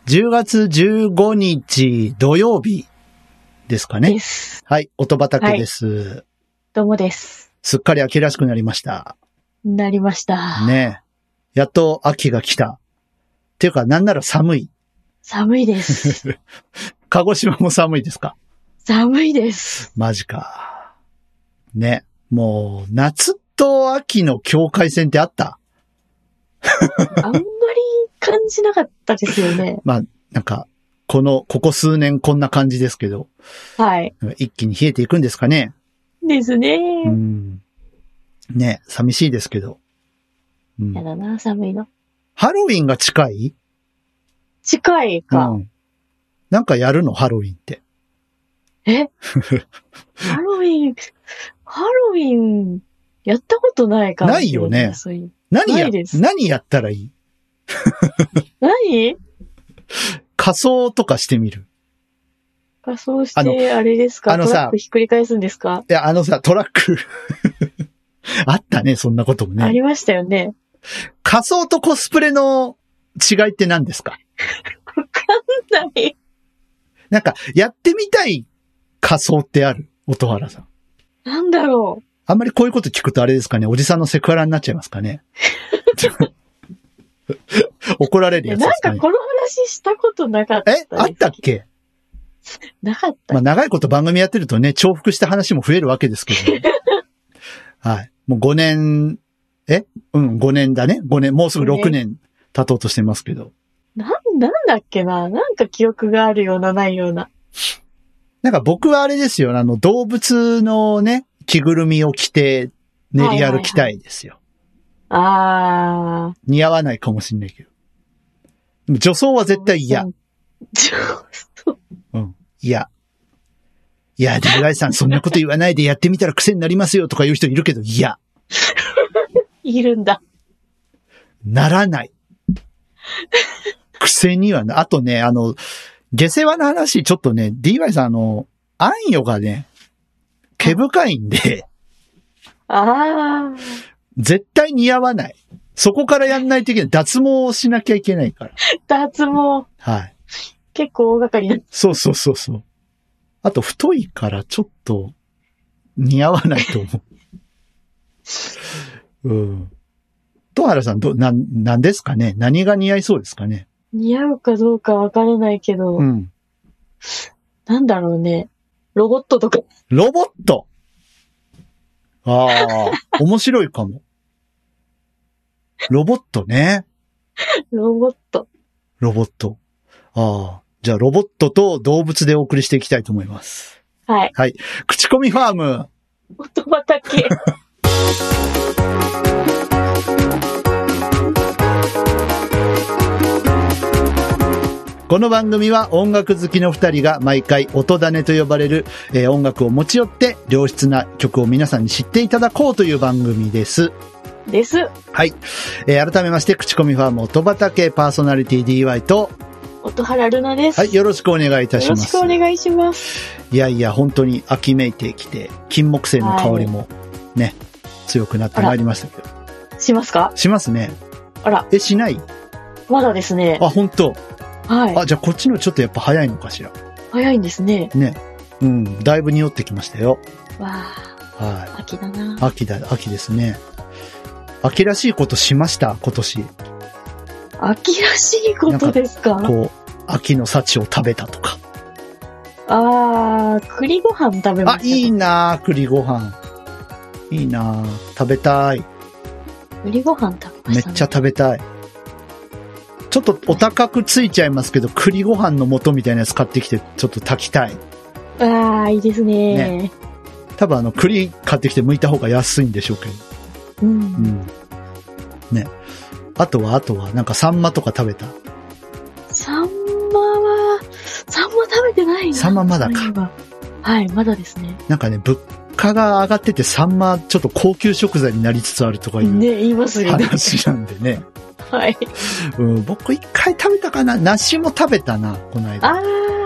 10月15日土曜日ですかね。 です。 はい、音畑です、はい。 どうもです。 すっかり秋らしくなりました。 なりました。 ねえ。やっと秋が来た。っていうか、なんなら寒い。 寒いです。 鹿児島も寒いですか？ 寒いです。 マジか。ね。もう、夏と秋の境界線ってあった？ あんまり感じなかったですよね。 まあ、なんか、ここ数年こんな感じですけど。 はい。 一気に冷えていくんですかね。 ですね。 ね、寂しいですけど。 やだな、寒いの。 ハロウィンが近い？ 近いか。 なんかやるの？ハロウィンって。 ハロウィン、やったことないかもしれない。 ないよね。何やったらいい？ 何？ 仮装とかしてみる。 仮装して、あれですか？トラックひっくり返すんですか？ いや、トラック。あったね、そんなこともね。 ありましたよね。 仮装とコスプレの違いって何ですか？ わかんない。 なんか、やってみたい仮装ってある？音原さん。 なんだろう。 あんまりこういうこと聞くとあれですかね、おじさんのセクハラになっちゃいますかね。怒られるやつですかね。 なんかこの話したことなかった。 あったっけ？ なかった。 まあ長いこと番組やってるとね、重複した話も増えるわけですけど、ね。はい。もう5年、5年だね。5年、もうすぐ6年経とうとしてますけど。 なんだっけな。なんか記憶があるような、ないような。 なんか僕はあれですよ。動物のね、着ぐるみを着て練り歩きたいですよ。似合わないかもしんないけど。でも女装は絶対嫌。嫌。いや、で、岩井さん、そんなこと言わないでやってみたら癖になりますよとか言う人いるけど、嫌。 いるんだ。 ならない。癖にはな、あとね、下世話の話、ちょっとね、DY さん、あんよがね、毛深いんで、絶対似合わない。そこからやんないといけない。脱毛をしなきゃいけないから。 脱毛。はい。結構大掛かりな。 そう。あと、太いからちょっと、似合わないと思う。戸原さん、なんですかね？何が似合いそうですかね？ 似合うかどうかわからないけど、なんだろうね。ロボットとか。 ロボット？面白いかも。ロボットね。 ロボット。 じゃあ、ロボットと動物でお送りしていきたいと思います。 はい。 はい。口コミファーム。 音畑。 この番組は音楽好きの二人が毎回音種と呼ばれる、音楽を持ち寄って良質な曲を皆さんに知っていただこうという番組です。はい。改めまして、口コミファーム音畑パーソナリティ DY と音原ルナです。 はい。よろしくお願いいたします。 よろしくお願いします。 いや、本当に秋めいてきて、金木犀の香りもね、強くなってまいりましたけど。 しますか？ しますね。 あら。 しない？ まだですね。 本当。 はい。 じゃあこっちのちょっとやっぱ早いのかしら。 早いんですね。 ね。だいぶ匂ってきましたよ。 わー。はい。秋だな。 秋ですね。秋らしいことしました？今年。 秋らしいことですか？ 秋の幸を食べたとか。 栗ご飯食べました。 いいなぁ、栗ご飯。いいなぁ、食べたい。 栗ご飯食べましたね。 めっちゃ食べたい。ちょっとお高くついちゃいますけど、栗ご飯の素みたいなやつ買ってきて、ちょっと炊きたい。 いいですね。 多分栗買ってきて剥いた方が安いんでしょうけど。ね。あとは、なんかサンマとか食べた？ サンマ食べてないな。 サンマまだか。 はい、まだですね。 なんかね、物価が上がっててサンマちょっと高級食材になりつつあるとかいうね、言いますよね。 話なんでね。 はい。 僕一回食べたかな。梨も食べたな、この間。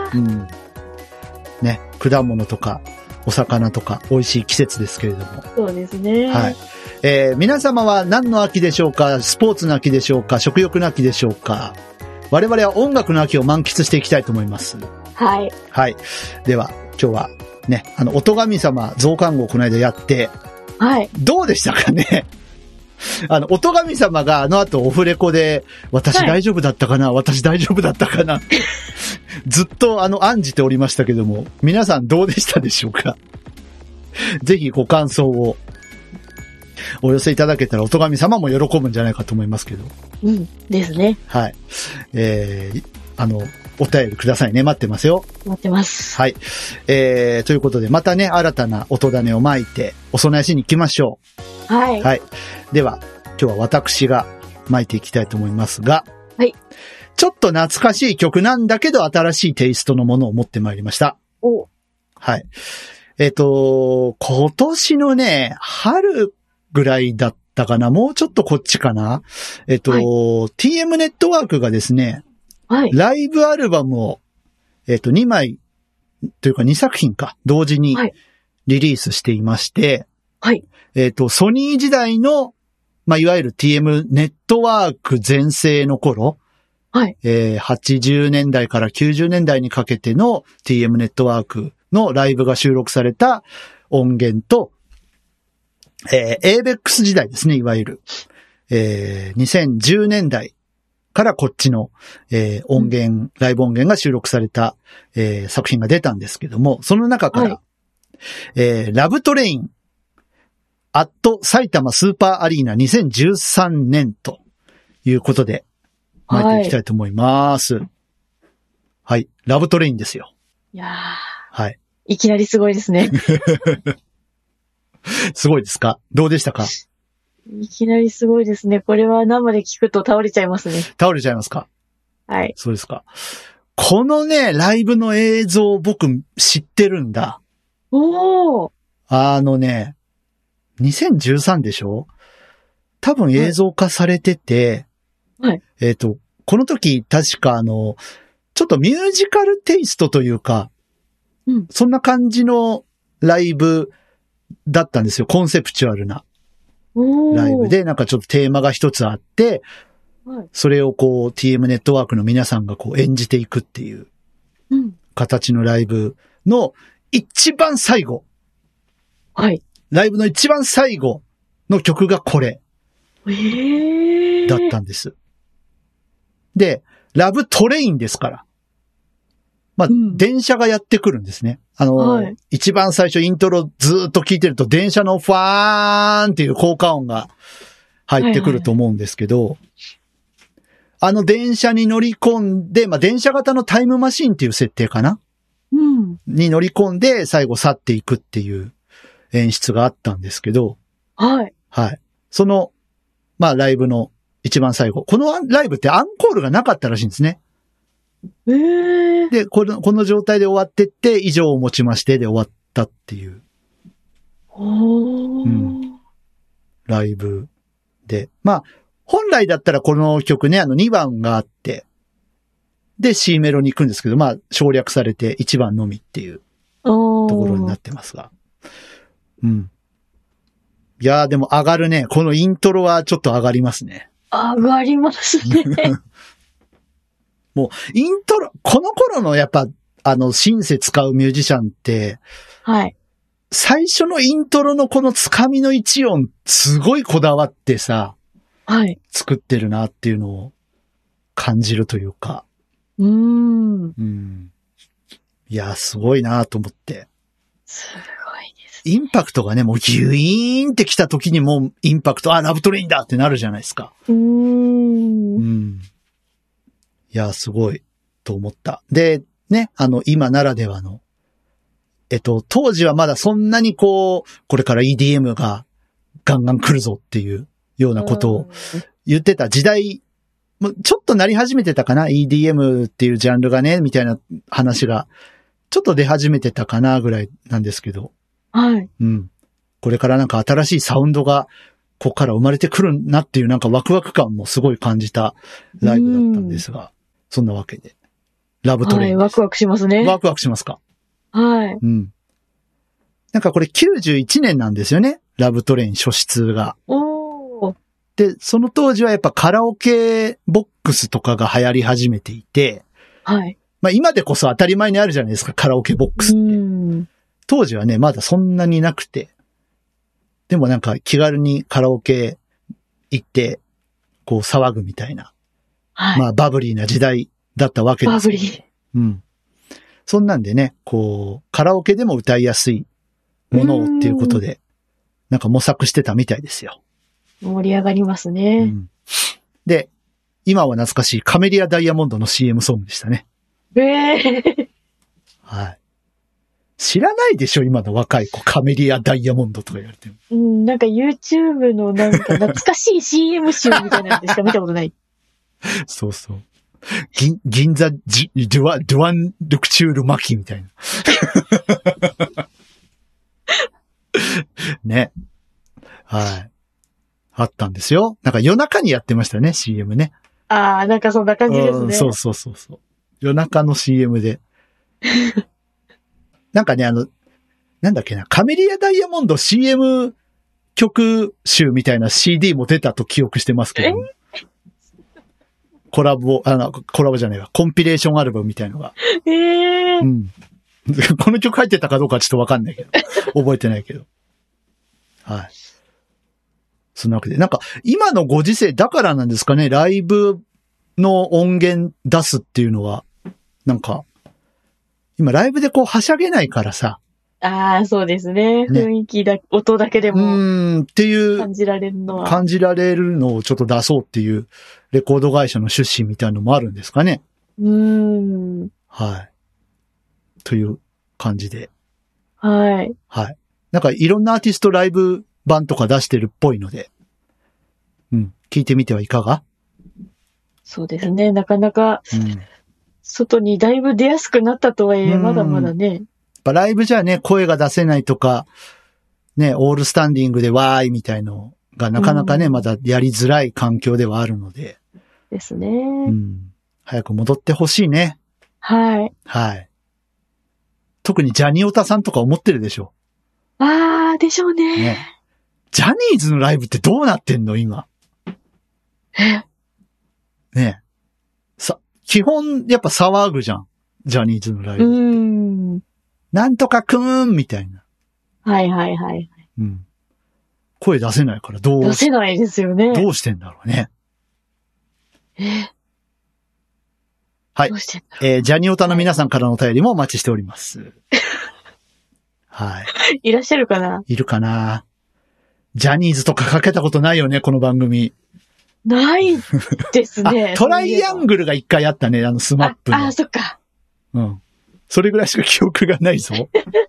ね、果物とかお魚とか美味しい季節ですけれども。 そうですね。 はい。皆様は何の秋でしょうか？スポーツの秋でしょうか？食欲の秋でしょうか？ 我々は音楽の秋を満喫していきたいと思います。 はい。 はい。では、今日はね、音神様増刊号をこの間やって、 はい。 どうでしたかね。音神様が後オフレコで、私大丈夫だったかな、はい、私大丈夫だったかなずっと案じておりましたけども、皆さんどうでしたでしょうか。ぜひご感想をお寄せいただけたら音神様も喜ぶんじゃないかと思いますけど。 うん。ですね。 はい。お便りくださいね。待ってますよ。 待ってます。 はい。ということで、またね、新たな音種を巻いて、お供えしに行きましょう。はい。 はい。では、今日は私が巻いていきたいと思いますが、 はい。 ちょっと懐かしい曲なんだけど、新しいテイストのものを持ってまいりました。 お。はい。 今年のね、春ぐらいだったかな、もうちょっとこっちかな。はい、TM ネットワークがですね、はい。ライブアルバムを、2枚、というか2作品か、同時にリリースしていまして、 はい。 ソニー時代の、まあ、いわゆる TM ネットワーク全盛の頃、はい。80年代から90年代にかけての TM ネットワークのライブが収録された音源と、ABEX 時代ですね、いわゆる。2010年代からこっちの、音源、ライブ音源が収録された、作品が出たんですけども、その中から、はい、ラブトレイン、アット埼玉スーパーアリーナ2013年ということで、巻いていきたいと思います。はい、はい。ラブトレインですよ。 いやー。 はい。 いきなりすごいですね。 すごいですか？どうでしたか？ いきなりすごいですね。これは生で聞くと倒れちゃいますね。 倒れちゃいますか？ はい。 そうですか。このね、ライブの映像僕知ってるんだ。 おー。 ね、2013でしょ？多分映像化されてて、 はい。 この時確かちょっとミュージカルテイストというか、 うん、 そんな感じのライブだったんですよ。コンセプチュアルなライブで、なんかちょっとテーマが一つあって、はい、それをこう TM ネットワークの皆さんがこう演じていくっていう形のライブの一番最後。 はい。 ライブの一番最後の曲がこれ。だったんです。で、ラブトレインですから。まあ、電車がやってくるんですね。はい、一番最初イントロずーっと聞いてると電車のファーンっていう効果音が入ってくると思うんですけど、電車に乗り込んで、まあ、電車型のタイムマシンっていう設定かな、に乗り込んで最後去っていくっていう演出があったんですけど、 はい。 はい。その、まあ、ライブの一番最後。このライブってアンコールがなかったらしいんですね。で、この状態で終わってって、以上をもちましてで終わったっていう。ライブで。まあ、本来だったらこの曲ね、2番があって、で、C メロに行くんですけど、まあ、省略されて1番のみっていうところになってますが。うん。いやーでも上がるね。このイントロはちょっと上がりますね。 上がりますね。 もう、イントロ、この頃のやっぱ、シンセ使うミュージシャンって、 はい。 最初のイントロのこのつかみの一音、すごいこだわってさ、 はい。 作ってるなっていうのを感じるというか。いや、すごいなと思って。 すごいですね。 インパクトがね、もうギュイーンって来た時にもうインパクト、ラブトレインだってなるじゃないですか。いや、すごいと思った。で、ね、今ならではの、当時はまだそんなにこれから EDM がガンガン来るぞっていうようなことを言ってた時代、ちょっとなり始めてたかな ?EDM っていうジャンルがね、みたいな話が、ちょっと出始めてたかなぐらいなんですけど。 はい。 これからなんか新しいサウンドが、ここから生まれてくるなっていうなんかワクワク感もすごい感じたライブだったんですが、そんなわけで。ラブトレイン。 はい、ワクワクしますね。 ワクワクしますか？ はい。 なんかこれ91年なんですよね。ラブトレイン初出が。 おー。 で、その当時はやっぱカラオケボックスとかが流行り始めていて、 はい。 まあ今でこそ当たり前にあるじゃないですか、カラオケボックスって。当時はね、まだそんなになくて。でもなんか気軽にカラオケ行って、こう騒ぐみたいな。 はい。 まあバブリーな時代だったわけです。 バブリー。 うん。そんなんでね、こう、カラオケでも歌いやすいものをっていうことで、なんか模索してたみたいですよ。 盛り上がりますね。 うん、で、今は懐かしいカメリアダイヤモンドの CM ソングでしたね。はい。知らないでしょ今の若い子、カメリアダイヤモンドとか言われても。 うん、なんか YouTube のなんか懐かしい CM 集みたいなのでしか見たことない。 そうそう。銀座ドゥワンルクチュールマキみたいな。ね。はい。あったんですよ。なんか夜中にやってましたね、CM ね。 ああ、なんかそんな感じですね。 そうそうそうそう。夜中の CM で。なんかね、なんだっけな、カメリアダイヤモンド CM 曲集みたいな CD も出たと記憶してますけど。コラボじゃないわ。コンピレーションアルバムみたいのが。うん。この曲入ってたかどうかちょっとわかんないけど。覚えてないけど。はい。そんなわけで。なんか、今のご時世だからなんですかね、ライブの音源出すっていうのは、なんか、今ライブでこうはしゃげないからさ。 ああ、そうですね。雰囲気だ、音だけでも。っていう。感じられるのは。 感じられるのをちょっと出そうっていう、レコード会社の趣旨みたいなのもあるんですかね。はい。という感じで。 はい。 はい。なんかいろんなアーティストライブ版とか出してるっぽいので。うん。聞いてみてはいかが？ そうですね。なかなか、外にだいぶ出やすくなったとはいえ、まだまだね。 ライブじゃね、声が出せないとか、ね、オールスタンディングでわーいみたいのがなかなかね、まだやりづらい環境ではあるので。 ですね。 早く戻ってほしいね。 はい。 はい。特にジャニオタさんとか思ってるでしょ。 あー、でしょうね。 ジャニーズのライブってどうなってんの今。ね。基本、やっぱ騒ぐじゃん。ジャニーズのライブって。なんとかくーんみたいな。 はいはいはい。 声出せないから出せないですよね。 どうしてんだろうね。はい。 どうしてんだろう。ジャニオタの皆さんからのお便りもお待ちしております。はい。 いらっしゃるかないるかな。ジャニーズとかかけたことないよね、この番組。 ないですね。 トライアングルが一回あったね、スマップの。 そっか。 それぐらいしか記憶がないぞ。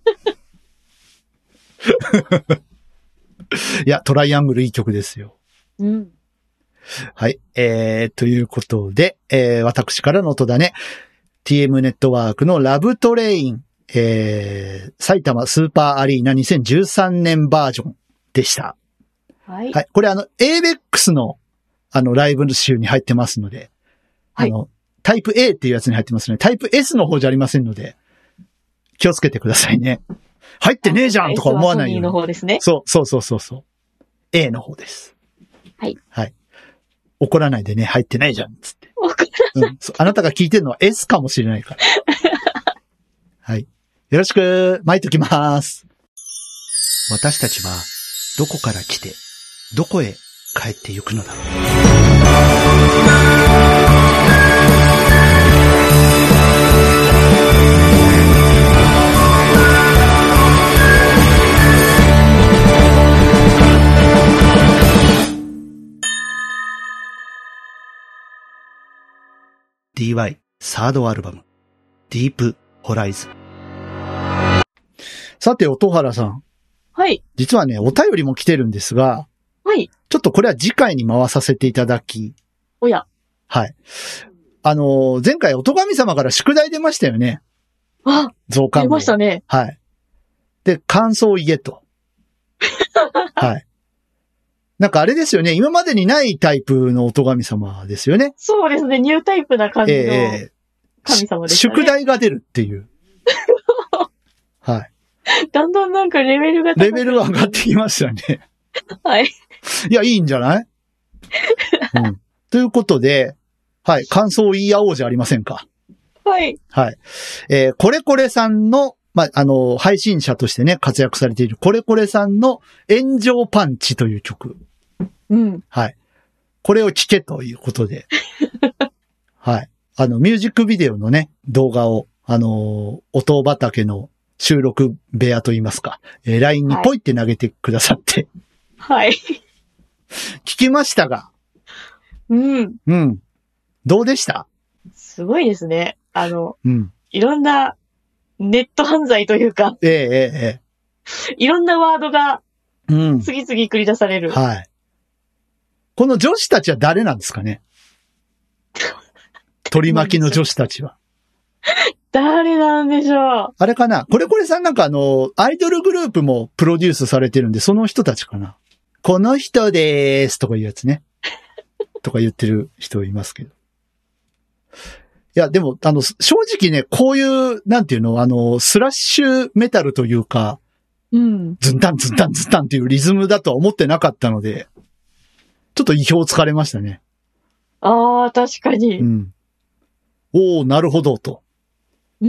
いや、トライアングルいい曲ですよ。はい。ということで、私からの音だね。TM ネットワークのラブトレイン、埼玉スーパーアリーナ2013年バージョンでした。 はい。 はい。これABEX のライブ集に入ってますので、はい。タイプ A っていうやつに入ってますね。タイプ S の方じゃありませんので、気をつけてくださいね。入ってねえじゃんとか思わないように。 S はソニーの方ですね。 そう。A の方です。 はい。 はい。怒らないでね、入ってないじゃん、つって。あなたが聞いてるのは S かもしれないから。はい。よろしく、巻いときます。私たちは、どこから来て、どこへ帰ってゆくのだろう。DY サードアルバム、ディープホライズン。さて、音原さん。 はい。 実はね、お便りも来てるんですが、 はい。 ちょっとこれは次回に回させていただき。 おや。 はい。前回、音神様から宿題出ましたよね。増刊号。 出ましたね。 はい。で、感想を言えと。はい。なんかあれですよね。今までにないタイプの音神様ですよね。 そうですね。ニュータイプな感じの神様ですね。 宿題が出るっていう。はい。 だんだんなんかレベルが上がってきましたね。 はい。 いや、いいんじゃない？ うん。ということで、はい、感想を言い合おうじゃありませんか。 はい。 はい。これこれさんの、配信者としてね、活躍されているこれこれさんの炎上パンチという曲。 うん。 はい。これを聴けということで。はい。ミュージックビデオのね、動画を、音畑の収録部屋といいますか、LINE にポイって投げてくださって。 はい。 聞きましたが。 うん。 うん。どうでした？ すごいですね。 うん。 いろんなネット犯罪というか。いろんなワードが、次々繰り出される。 はい。この女子たちは誰なんですかね？取り巻きの女子たちは。 誰なんでしょう。 あれかな？これこれさんなんかアイドルグループもプロデュースされてるんで、その人たちかな？この人でーすとかいうやつね。とか言ってる人いますけど。いや、でも、正直ね、こういう、なんていうの、スラッシュメタルというか、 うん。 ズンタンズンタンズンタンっていうリズムだとは思ってなかったので、ちょっと意表をつかれましたね。 ああ、確かに。 うん。おー、なるほど、と。 うん。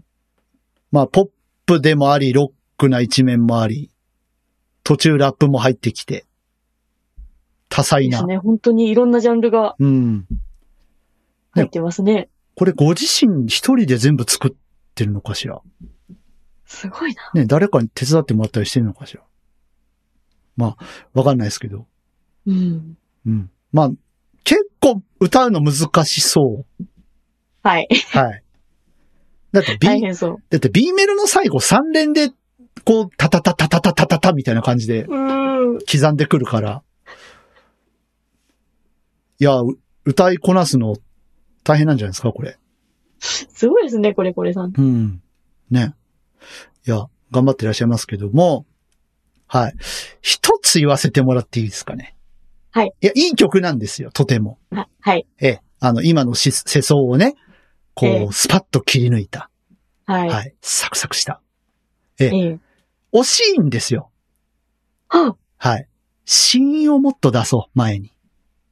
まあ、ポップでもあり、ロックな一面もあり、途中ラップも入ってきて、多彩な。 ですね。本当にいろんなジャンルが。 うん。 入ってますね。 これご自身一人で全部作ってるのかしら？ すごいな。 ね、誰かに手伝ってもらったりしてるのかしら？まあ、わかんないですけど。 うん。 うん。まあ、結構歌うの難しそう。 はい。 はい。だって大変そう。 だって B メロの最後3連で、こう、タタタタタタタタタみたいな感じで、刻んでくるから。いや、歌いこなすの大変なんじゃないですか、これ。 すごいですね、これさん。 うん。ね。いや、頑張っていらっしゃいますけども、はい。一つ言わせてもらっていいですかね。 はい。 いや、いい曲なんですよ、とても。 はい。 今の世相をね、こう、スパッと切り抜いた。 はい。 はい。サクサクした。惜しいんですよ。はい。シーンをもっと出そう、前に。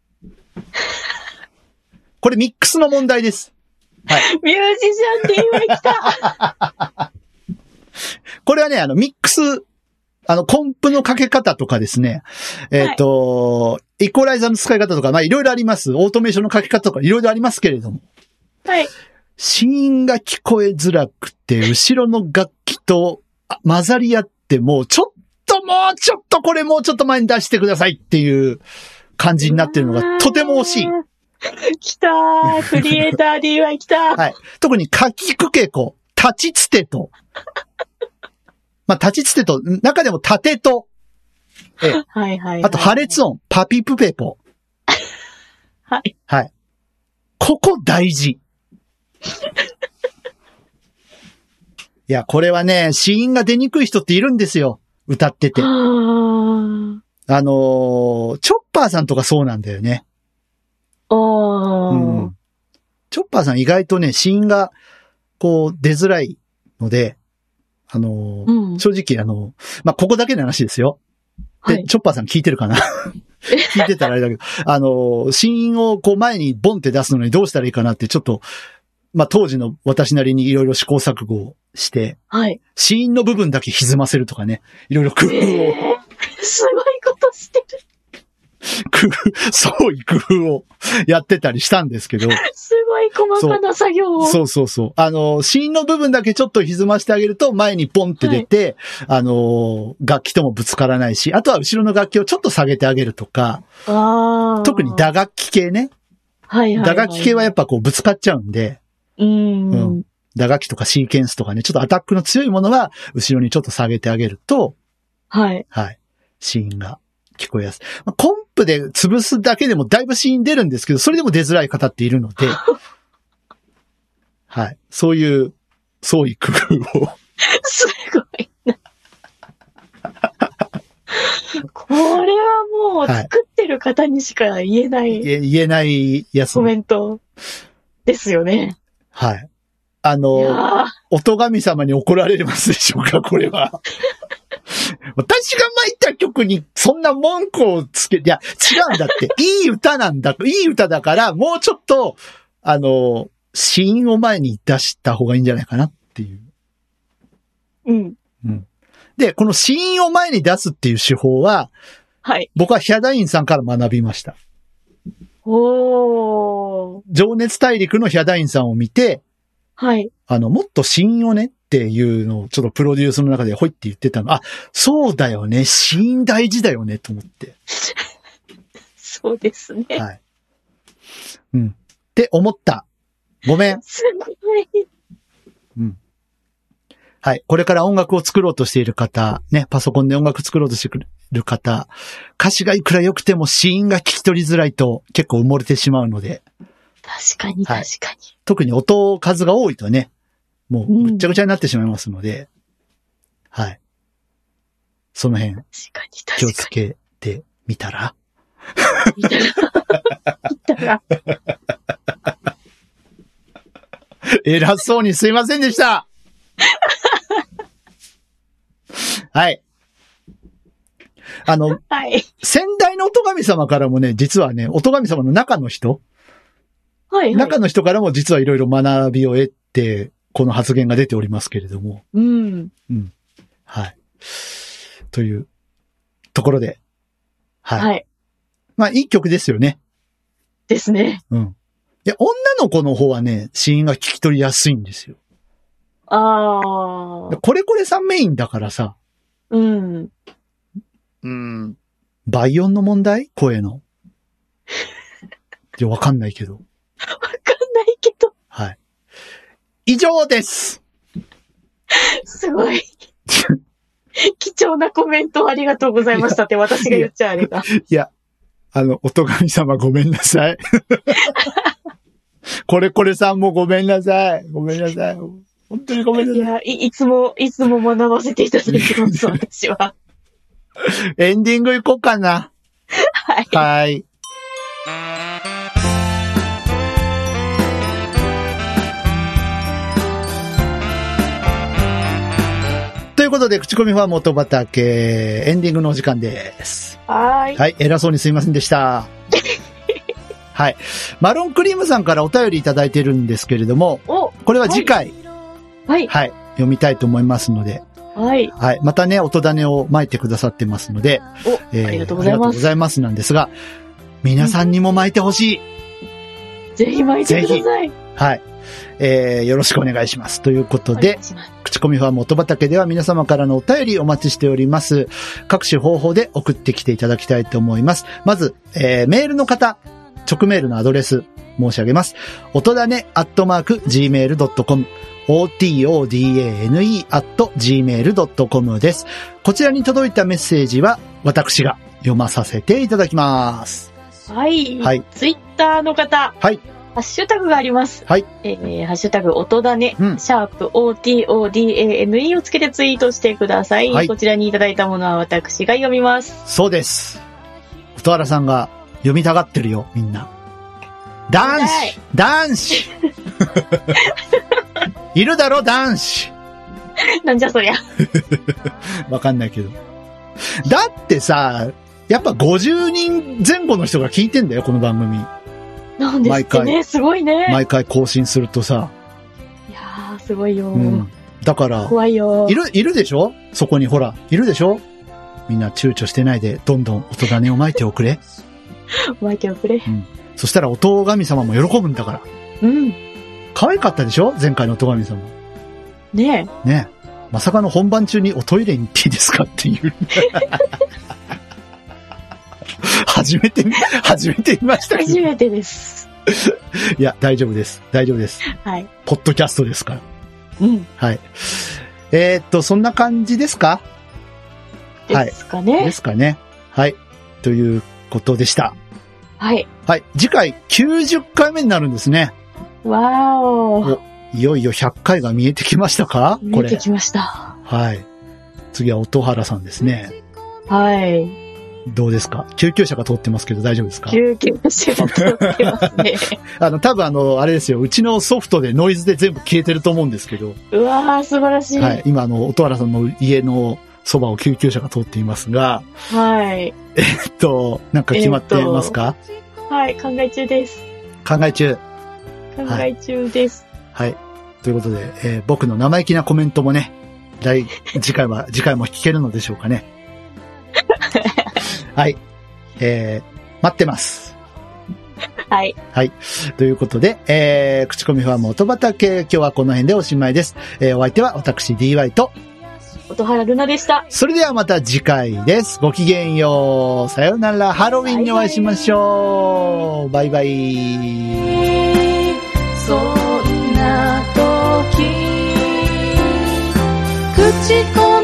これミックスの問題です。はい。 ミュージシャンって今来た。 これはね、ミックス、コンプのかけ方とかですね、イコーライザーの使い方とか、まあいろいろあります。オートメーションのかけ方とかいろいろありますけれども。 はい。 子音が聞こえづらくて、後ろの楽器と混ざり合って、もうちょっとこれもうちょっと前に出してくださいっていう感じになってるのがとても惜しい。 来たー。クリエイター DY 来たー。 はい。特にかきくけこ、立ちつてと。まあ、立ちつてと、中でも縦と。 はいはい。 あと破裂音、パピプペポ。 はい。 はい。ここ大事。いや、これはね、子音が出にくい人っているんですよ。歌ってて。チョッパーさんとかそうなんだよね。チョッパーさん意外とね、子音が、こう、出づらいので、正直まあ、ここだけの話ですよ。で、はい、チョッパーさん聞いてるかな聞いてたらあれだけど、子音をこう前にボンって出すのにどうしたらいいかなってちょっと、まあ、当時の私なりにいろいろ試行錯誤をして、はい。子音の部分だけ歪ませるとかね、いろいろ工夫を。 すごいことしてる。 創意工夫をやってたりしたんですけど。 すごい細かな作業を。 そう。子音の部分だけちょっと歪ましてあげると前にポンって出て、はい、楽器ともぶつからないし、あとは後ろの楽器をちょっと下げてあげるとか、特に打楽器系ね。はいはいはい。打楽器系はやっぱこうぶつかっちゃうんで、打楽器とかシーケンスとかね、ちょっとアタックの強いものは後ろにちょっと下げてあげると、はい。はい。子音が聞こえやすい。コンプで潰すだけでもだいぶシーン出るんですけど、それでも出づらい方っているので、はい。そういう創意工夫を。 すごいな。これはもう作ってる方にしか言えない。 言えないやつ。 コメントですよね。 はい。音神様に怒られますでしょうか、これは。 私が巻いた曲にそんな文句をつけ、いや、違うんだって。いい歌なんだ。いい歌だから、もうちょっと、子音を前に出した方がいいんじゃないかなっていう。 うん。 うん。で、この子音を前に出すっていう手法は、 はい。 僕はヒャダインさんから学びました。 おー。 情熱大陸のヒャダインさんを見て、 はい。 もっと子音をねっていうのをちょっとプロデュースの中でほいって言ってたの。あ、そうだよね。子音大事だよねと思って。 そうですね。 はい。うん。って思った。ごめん。 すごい。 うん。はい。これから音楽を作ろうとしている方、ね、パソコンで音楽作ろうとしている方、歌詞がいくら良くても子音が聞き取りづらいと結構埋もれてしまうので。 確かに、確かに。 特に音数が多いとね、もうぐっちゃぐちゃになってしまいますので、はい。その辺、気をつけてみたら見たら偉そうにすいませんでしたはい。 はい。 先代の音神様からもね、実はね、音神様の中の人、 はい、はい。 中の人からも実はいろいろ学びを得て、この発言が出ておりますけれども。 うん。 うん。はい。というところで。はい。 はい。 まあ、いい曲ですよね。 ですね。 うん。いや、女の子の方はね、子音が聞き取りやすいんですよ。 ああ。 これこれさんメインだからさ。 うん。 倍音の問題？声の。いや、わかんないけど。 わかんないけど。 はい。以上です。 すごい。貴重なコメントありがとうございましたって私が言っちゃあれが。 いや、音神様ごめんなさい。これこれさんもごめんなさい。ごめんなさい。本当にごめんなさい。 いや、いつも学ばせていただいてます、私は。 エンディング行こうかな。 はい。 はい。ということで、口コミファン元畑、エンディングのお時間です。 はい。 はい、偉そうにすいませんでした。はい。マロンクリームさんからお便りいただいてるんですけれども、これは次回、 はい。 はい。読みたいと思いますので、 はい。 はい。またね、音種を巻いてくださってますので、 ありがとうございます。 ありがとうございますなんですが、皆さんにも巻いてほしい。 ぜひ巻いてください。 はい。よろしくお願いします。ということで、口コミファン元畑では皆様からのお便りお待ちしております。各種方法で送ってきていただきたいと思います。まず、メールの方、直メールのアドレス申し上げます。音だね@gmail.com otodane@gmail.com です。こちらに届いたメッセージは私が読まさせていただきます。 はい。 はい。 ツイッターの方。 はい。 ハッシュタグがあります。 はい。 ハッシュタグ音だね、#OTODANE をつけてツイートしてください。はい。こちらにいただいたものは私が読みます。 そうです。音原さんが読みたがってるよ、みんな。男子いるだろ、男子なんじゃそりゃ。 わかんないけど。だってさ、やっぱ50人前後の人が聞いてんだよ、この番組。 なんですってね、すごいね。 毎回更新するとさ。 いやー、すごいよ。 うん。だから、 怖いよ。 いるでしょ？そこにほら、いるでしょ？みんな躊躇してないで、どんどん音種を巻いておくれ。 巻いておくれ。 うん。そしたら音神様も喜ぶんだから。 うん。 可愛かったでしょ？前回の音神様。 ねえ。ねえ。まさかの本番中におトイレに行っていいですかっていう。初めて見ましたけど。 初めてです。 いや、大丈夫です。大丈夫です。 はい。 ポッドキャストですから。 うん。 はい。そんな感じですか？ ですかね。 ですかね。はい。ということでした。 はい。 はい。次回90回目になるんですね。 わーお。 いよいよ100回が見えてきましたか？ 見えてきました。 はい。次は音原さんですね。 はい。 どうですか？救急車が通ってますけど大丈夫ですか？ 救急車が通ってますね。 多分あれですよ。うちのソフトでノイズで全部消えてると思うんですけど。 うわー、素晴らしい。 はい。今音原さんの家のそばを救急車が通っていますが。 はい。 なんか決まってますか？ はい、考え中です。 考え中です。 はい。ということで、僕の生意気なコメントもね、次回も聞けるのでしょうかね。はい。待ってます。 はい。 はい。ということで、口コミファーム音畑、今日はこの辺でおしまいです。お相手は私 DY と、 音原ルナでした。 それではまた次回です。ごきげんよう。さようなら。ハロウィンにお会いしましょう。バイバイ。そんな時、口コミ